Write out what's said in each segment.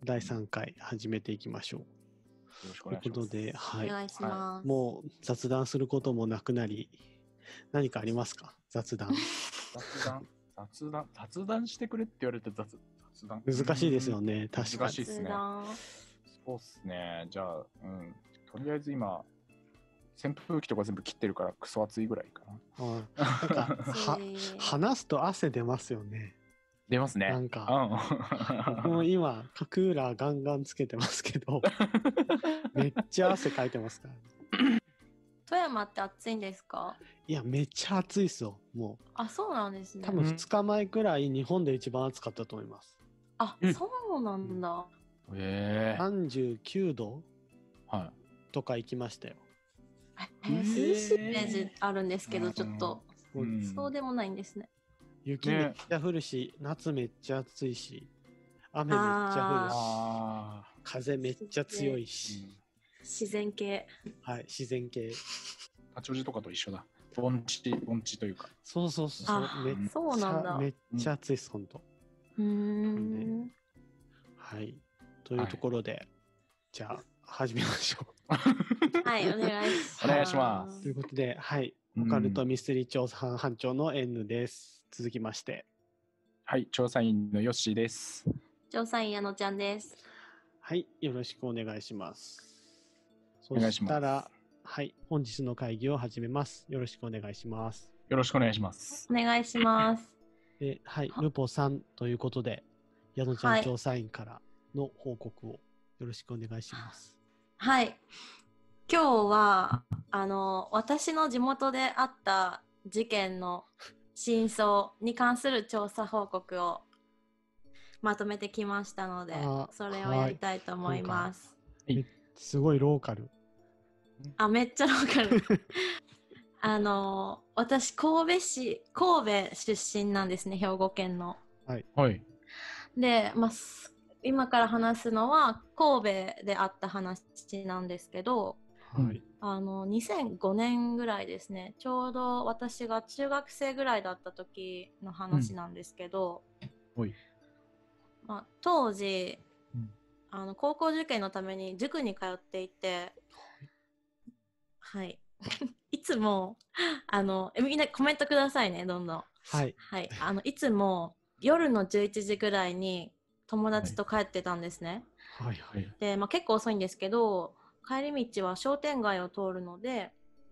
第3回始めていきましょう。 よろしくおという願いします。 ことで、はい。 お願いします。 もう雑談することもなくなり、何かありますか？雑談。 雑談してくれって言われて雑談。 難しいですよね、確かに。 難しいですね。そうっすね。じゃあ、とりあえず今、扇風機とか全部切ってるからクソ暑いぐらいかな。 なんか話すと汗出ますよね。 出ますね。 なんか、僕も今クーラーガンガンつけてますけどめっちゃ汗かいてますからね。 富山って暑いんですか？ いや、めっちゃ暑いっすよ。もうあ、そうなんですね。 多分2日前くらい日本で一番暑かったと思います。 あ、そうなんだ。 39度とか行きましたよ。 涼しいイメージあるんですけど、ちょっとそうでもないんですね。 雪めっちゃ降るし、夏めっちゃ暑いし、雨めっちゃ降るし、風めっちゃ強いし、 自然系。 はい、自然系。 八王子とかと一緒だ。盆地というか。 そうそうそう。めっちゃ暑いです、ほんと。はい。というところで、じゃあ始めましょう。 はい、お願いします。 お願いします。 ということで、はい、オカルトミステリー調査班長の N です。続きまして、 はい、調査員のヨッシーです。 調査員矢野ちゃんです。 はい、よろしくお願いします。 お願いします。 そしたら、はい、本日の会議を始めます。よろしくお願いします。 よろしくお願いします。 お願いします。 はい、ルポ3ということで、矢野ちゃん調査員からの報告をよろしくお願いします。 はい。今日は私の地元であった事件の真相に関する調査報告をまとめてきましたので、それをやりたいと思います。 すごいローカル。 めっちゃローカル。私神戸出身なんですね、兵庫県の。 はい。 で、今から話すのは神戸であった話なんですけど、 はい、 2005年ぐらいですね、ちょうど私が中学生ぐらいだった時の話なんですけど、当時、高校受験のために塾に通っていて、はい、いつもみんなコメントくださいね、どんどん。 はい、 はい、いつも夜の11時ぐらいに友達と帰ってたんですね。 はいはい。 で、結構遅いんですけど、帰り道は商店街を通るので、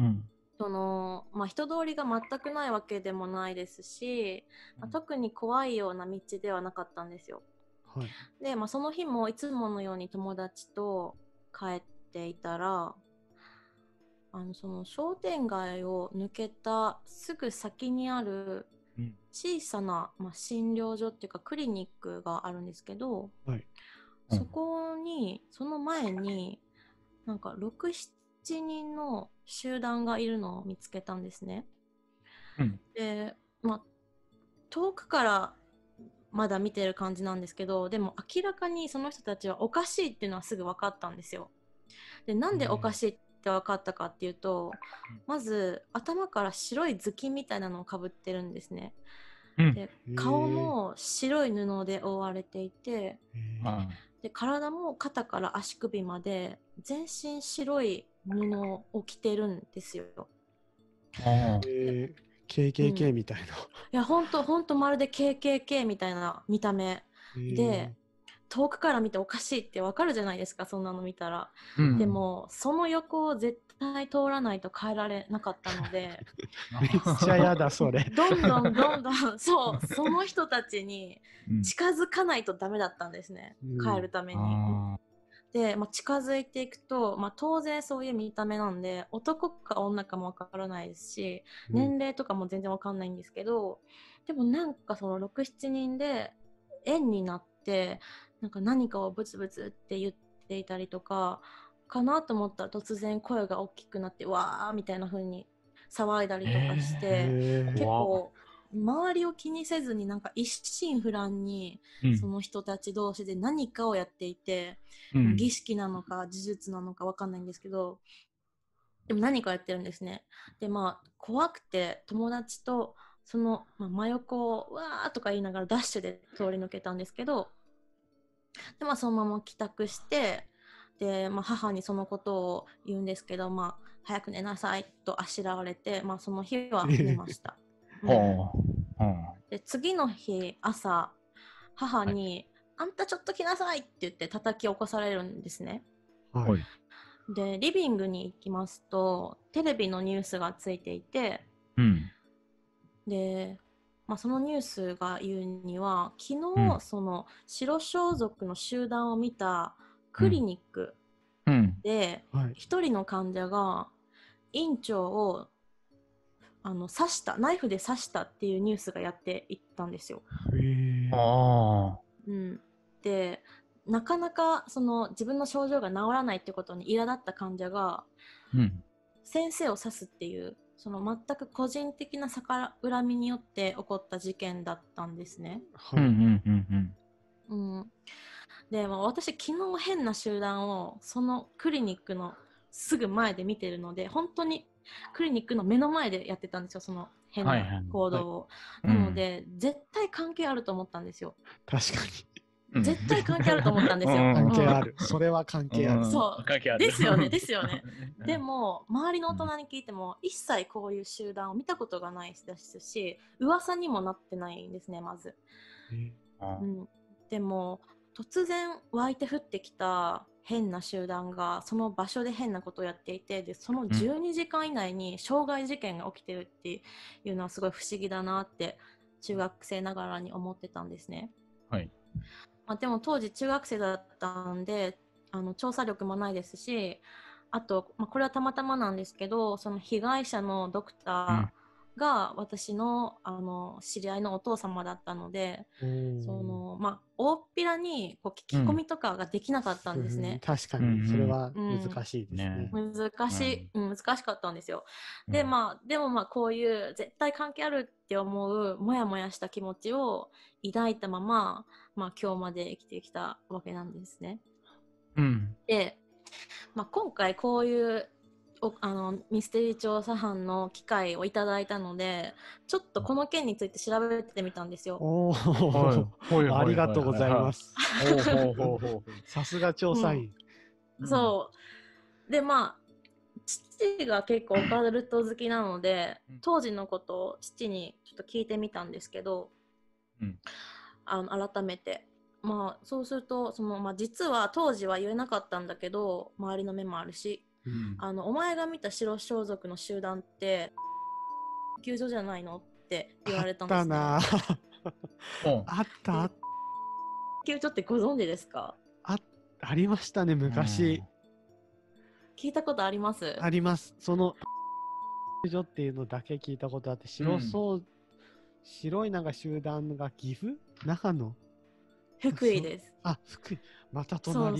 人通りが全くないわけでもないですし、特に怖いような道ではなかったんですよ。 はい、 で、その日もいつものように友達と帰っていたら、その商店街を抜けたすぐ先にある小さな、診療所っていうかクリニックがあるんですけど、そこにその前になんか6、7人の集団がいるのを見つけたんですね。で、遠くからまだ見てる感じなんですけど、でも明らかにその人たちはおかしいっていうのはすぐ分かったんですよ。で、なんでおかしいって分かったかっていうと、まず頭から白い頭巾みたいなのをかぶってるんですね。で、顔も白い布で覆われていて、で、体も肩から足首まで全身白い布を着てるんですよ。 KKK みたいな。 いや、ほんとまるで KKK みたいな見た目で、遠くから見ておかしいってわかるじゃないですか、そんなの見たら。でもその横を絶対通らないと帰られなかったのでめっちゃやだ、それ。 どんどんその人たちに近づかないとダメだったんですね、帰るために。で、近づいていくと、当然そういう見た目なんで男か女かもわからないですし、年齢とかも全然わかんないんですけど、でもなんかその6、7人で円になって何かをブツブツって言っていたりとかかなと思ったら、突然声が大きくなってわーみたいな風に騒いだりとかして、結構周りを気にせずに一心不乱にその人たち同士で何かをやっていて、儀式なのか呪術なのか分かんないんですけど、でも何かやってるんですね。で、怖くて友達とその真横をわーとか言いながらダッシュで通り抜けたんですけど、 で、そのまま帰宅して、で、母にそのことを言うんですけど、早く寝なさいとあしらわれて、その日は寝ました。で、次の日朝、母に、あんたちょっと来なさいって言って叩き起こされるんですね。 はい。 で、リビングに行きますと、テレビのニュースがついていて、で、そのニュースが言うには、昨日、その白装束の集団を見たクリニックで、一人の患者が院長を刺した、ナイフで刺したっていうニュースがやっていったんですよ。で、なかなかその自分の症状が治らないってことに苛立った患者が、先生を刺すっていう、その全く個人的な逆恨みによって起こった事件だったんですね。で、私昨日変な集団をそのクリニックのすぐ前で見てるので、本当にクリニックの目の前でやってたんですよ、その変な行動を。なので、絶対関係あると思ったんですよ。 確かに。絶対関係あると思ったんですよ。 関係ある。それは関係ある。 そう。ですよね、ですよね。でも、周りの大人に聞いても、一切こういう集団を見たことがないですし、噂にもなってないんですね、まず。でも、突然湧いて降ってきた変な集団がその場所で変なことをやっていて、でその12時間以内に傷害事件が起きてるっていうのはすごい不思議だなって中学生ながらに思ってたんですね。でも当時中学生だったんで調査力もないですし、あと、これはたまたまなんですけど、その被害者のドクターが私の知り合いのお父様だったので、大っぴらにこう聞き込みとかができなかったんですね。 確かにそれは難しいですね。 難しかったんですよ。ででもこういう絶対関係あるって思うモヤモヤした気持ちを抱いたまま、今日まで生きてきたわけなんですね。で、今回こういうミステリー調査班の機会をいただいたので、ちょっとこの件について調べてみたんですよ。 ありがとうございます。さすが調査員。 そうで、父が結構オカルト好きなので、当時のことを父にちょっと聞いてみたんですけど、改めてそうすると実は当時は言えなかったんだけど、周りの目もあるし、お前が見た白装束の集団って救助じゃないのって言われたんですね。 あった救助ってご存知ですか？ ありましたね、昔。 聞いたことあります？ あります。その救助っていうのだけ聞いたことあって、白いなんか集団が岐阜？長野？ 福井です。 福井。また隣。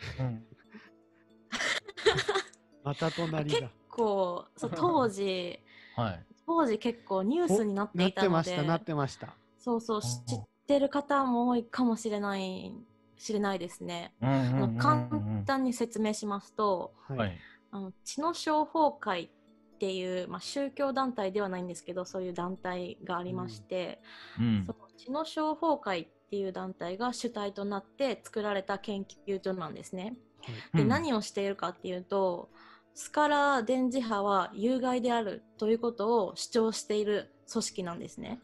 また隣だ。 結構当時結構ニュースになっていたので、 なってました。 知ってる方も多いかもしれないですね。簡単に説明しますと、血の商法会っていう、宗教団体ではないんですけど、そういう団体がありまして、その血の商法会っていう団体が主体となって作られた研究所なんですね。で、何をしているかっていうと、スカラー電磁波は有害であるということを主張している組織なんですね。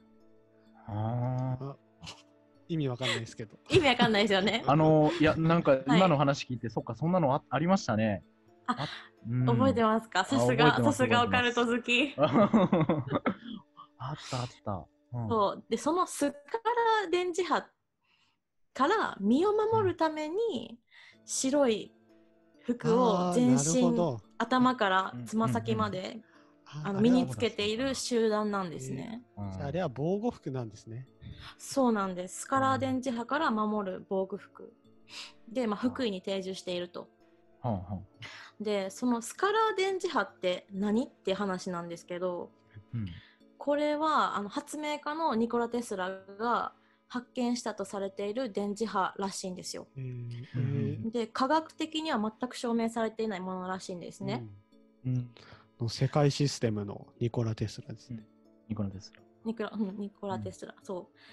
意味わかんないですけど。 意味わかんないですよね。 いや、なんか今の話聞いて、そっか、そんなのありましたね。 覚えてますか？さすがオカルト好き。 あったそうで、そのスカラー電磁波から身を守るために白い服を全身、頭からつま先まで身につけている集団なんですね。 あれは防護服なんですね。 そうなんです。スカラー電磁波から守る防具服で、福井に定住していると。で、そのスカラー電磁波って何って話なんですけど、これは発明家のニコラ・テスラが発見したとされている電磁波らしいんですよ。で、科学的には全く証明されていないものらしいんですね。 世界システムのニコラ・テスラですね。 ニコラ・テスラ。 ニコラ・テスラ、そう。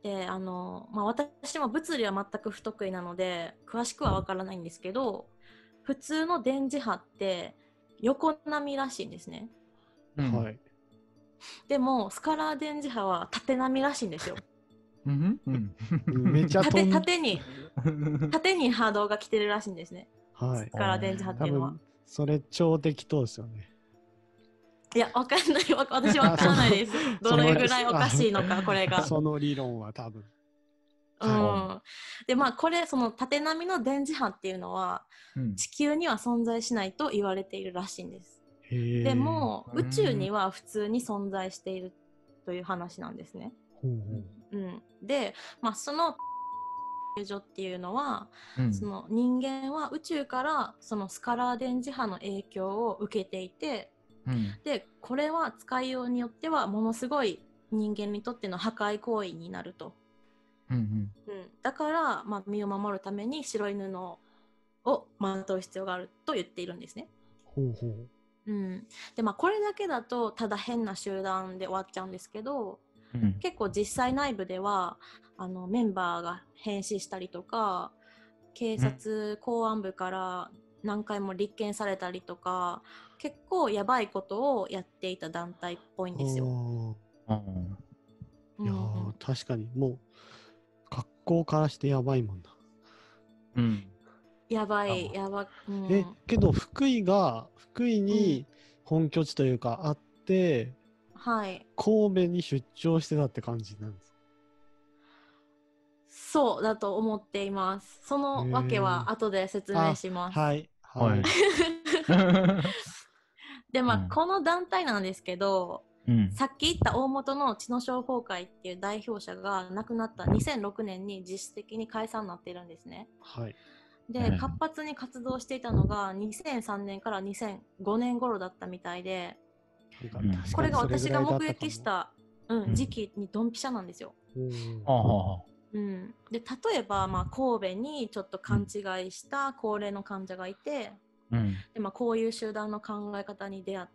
で私も物理は全く不得意なので詳しくはわからないんですけど、普通の電磁波って横波らしいんですね。 はい。 でもスカラー電磁波は縦波らしいんですよ。 めっちゃ縦に波動が来てるらしいんですね。 はい。 スカラー電磁波って多いうのは。 分、それ超適当ですよね。 いや、わかんない。私わからないです。どれぐらいおかしいのか、これが。 その理論は多分。 で、その縦波の電磁波っていうのは、地球には存在しないと言われているらしいんです。でも、宇宙には普通に存在しているという話なんですね。で、その球所っていうのは、その人間は宇宙からそのスカラー電磁波の影響を受けていて、でこれは使いようによってはものすごい人間にとっての破壊行為になると。だから、身を守るために白い布をまとう必要があると言っているんですね。でこれだけだとただ変な集団で終わっちゃうんですけど、結構実際内部ではメンバーが変死したりとか、警察公安部から何回も立件されたりとか、結構やばいことをやっていた団体っぽいんですよ。 いや確かにもう格好からしてやばいもんな。 やばい。 けど福井に本拠地というかあって、神戸に出張してたって感じなんですか？ そうだと思っています。そのわけは後で説明します。でこの団体なんですけど、さっき言った大本の知能商工会っていう代表者が亡くなった2006年に実質的に解散になっているんですね。で活発に活動していたのが2003年から2005年頃だったみたいで、これが私が目撃した時期にドンピシャなんですよ。で例えば、神戸にちょっと勘違いした高齢の患者がいて、でこういう集団の考え方に出会って、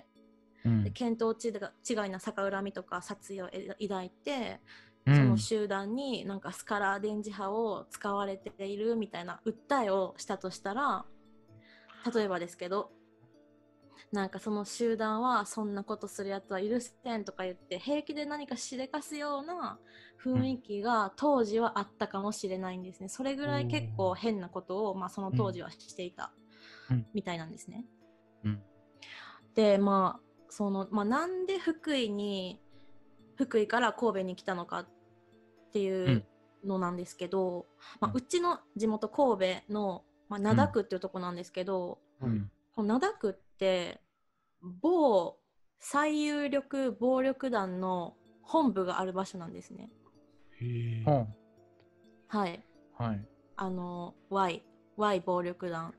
で見当違いな逆恨みとか殺意を抱いて、その集団になんかスカラー電磁波を使われているみたいな訴えをしたとしたら、例えばですけど、なんかその集団はそんなことするやつは許せんとか言って平気で何かしでかすような雰囲気が当時はあったかもしれないんですね。それぐらい結構変なことを、その当時はしていたみたいなんですね。でなんで福井から神戸に来たのかっていうのなんですけど、うちの地元神戸の、灘区っていうとこなんですけど、灘区って某最有力暴力団の本部がある場所なんですね。Y 暴力団。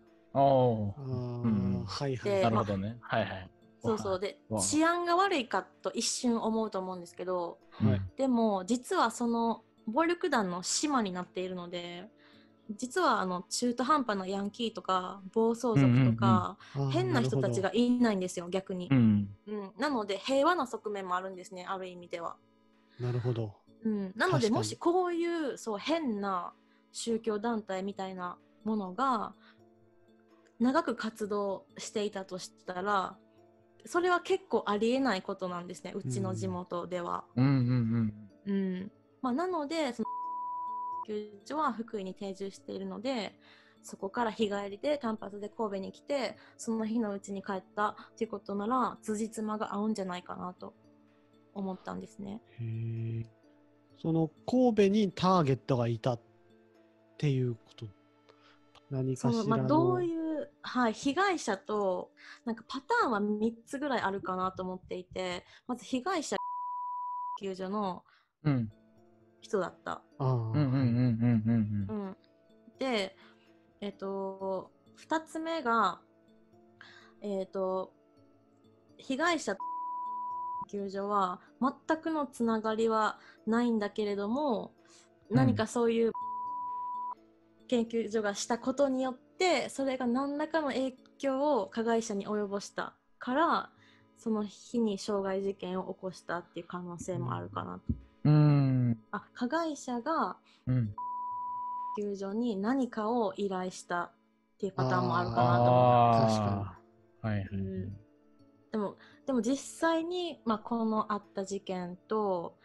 なるほどね。 で治安が悪いかと一瞬思うと思うんですけど、でも実はその暴力団の島になっているので、実は中途半端なヤンキーとか暴走族とか、変な人たちがいないんですよ、逆に。なので平和な側面もあるんですね、ある意味では。 なるほど。 なのでもしこういう変な宗教団体みたいなものが長く活動していたとしたら、それは結構ありえないことなんですね、うちの地元では。なのでその球場は福井に定住しているので、そこから日帰りで単発で神戸に来て、その日のうちに帰ったっていうことなら辻褄が合うんじゃないかなと思ったんですね。 その神戸にターゲットがいたっていうこと、何かしらのどういう、被害者となんかパターンは3つぐらいあるかなと思っていて、まず被害者球場の人だった。で、2つ目が、被害者球場は全くのつながりはないんだけれども、何かそういう研究所がしたことによってそれが何らかの影響を加害者に及ぼしたから、その日に傷害事件を起こしたっていう可能性もあるかなと。 加害者が救助に何かを依頼したっていうパターンもあるかなと思ったんです。 確かに。はいはい。 でも実際に、このあった事件と、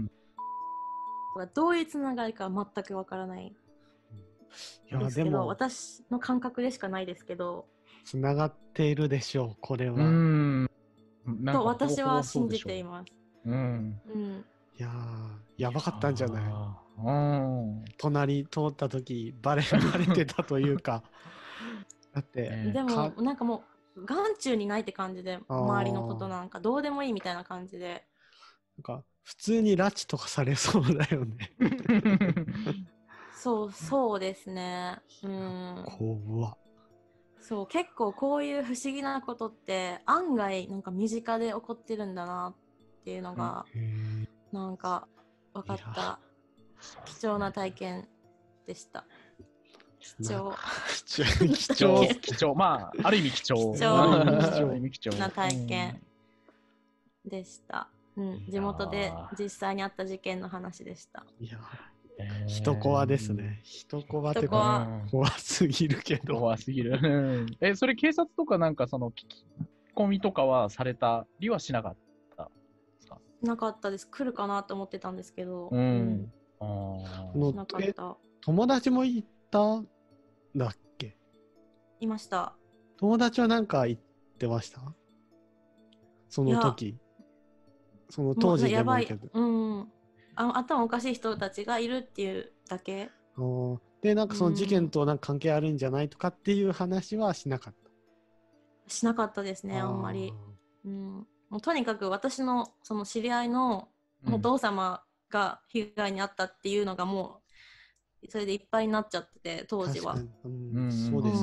どういうつながりかは全くわからないですけど、私の感覚でしかないですけど、 つながっているでしょう、これは。 と私は信じています。 いややばかったんじゃない？隣通った時バレてたというかだってでもなんかもう眼中にないって感じで、周りのことなんかどうでもいいみたいな感じで、 なんか普通に拉致とかされそうだよね。 そうですね。 怖っ。 そう、結構こういう不思議なことって案外なんか身近で起こってるんだなっていうのがなんか分かった貴重な体験でした。貴重。まあある意味貴重な体験でした。地元で実際にあった事件の話でした。 いや人怖ですね。人怖って怖すぎるけど。 怖すぎる。それ警察とかなんかその聞き込みとかはされたりはしなかったですか？ なかったです。来るかなと思ってたんですけど。しなかった。 友達もいたんだっけ？ いました。 友達はなんか言ってました？その時。その当時でもいいけど。 頭おかしい人たちがいるっていうだけで、なんかその事件となんか関係あるんじゃないとかっていう話はしなかった？ しなかったですね、あんまり。もうとにかく私のその知り合いのお父様が被害に遭ったっていうのがもうそれでいっぱいになっちゃってて、当時は。 そうです。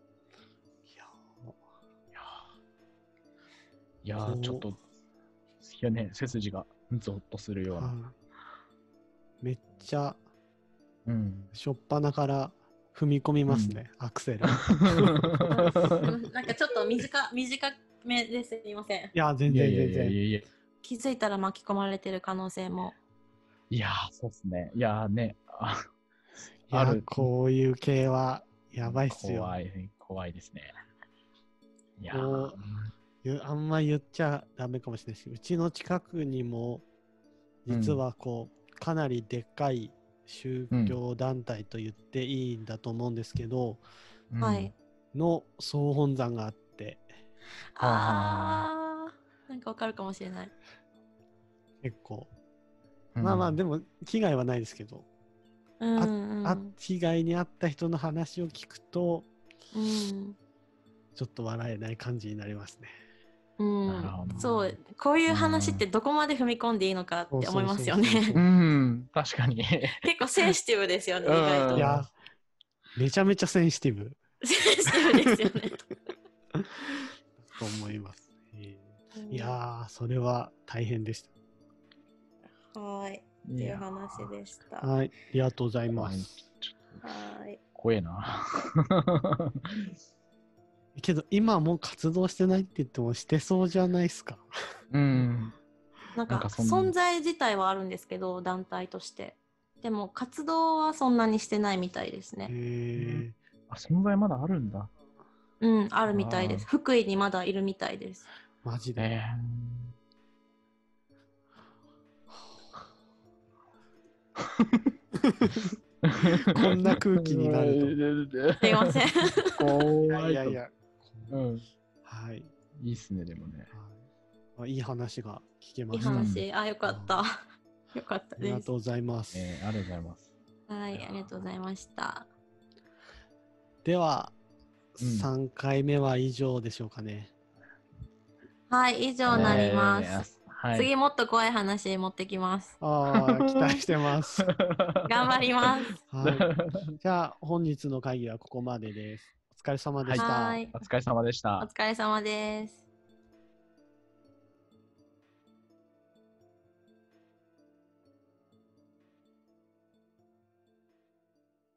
いやちょっと背筋がゾッとするような。 めっちゃ、しょっぱなから踏み込みますね、アクセル。 なんかちょっと短めですみません。 いや、全然。 気づいたら巻き込まれてる可能性も。 いやそうですね。いやね。 こういう系はやばいっすよ。 怖いですね。いやあんま言っちゃダメかもしれないし、うちの近くにも実はかなりでっかい宗教団体と言っていいんだと思うんですけど、の総本山があって、 なんかわかるかもしれない。 結構でも被害はないですけど、被害に遭った人の話を聞くと、ちょっと笑えない感じになりますね。 そうこういう話ってどこまで踏み込んでいいのかって思いますよね。 確かに結構センシティブですよね、意外と。 いやめちゃめちゃセンシティブですよねと思います。いやそれは大変でした。 はいっていう話でした。 はい、ありがとうございます。 怖えなけど今もう活動してないって言ってもしてそうじゃないですか。 なんか存在自体はあるんですけど、団体として。でも活動はそんなにしてないみたいですね。 存在まだあるんだ。 あるみたいです。福井にまだいるみたいです。 マジで。こんな空気になると。すいません。 いや。はい。 いいっすね、でもね。 いい話が聞けました。 いい話、よかった。よかったです。 ありがとうございます。 ありがとうございます。 はい、ありがとうございました。 では、3回目は以上でしょうかね。 はい、以上になります。次もっと怖い話持ってきます。 期待してます。 頑張ります。 じゃあ本日の会議はここまでです。お疲れ様でした。 お疲れ様でした。 お疲れ様です。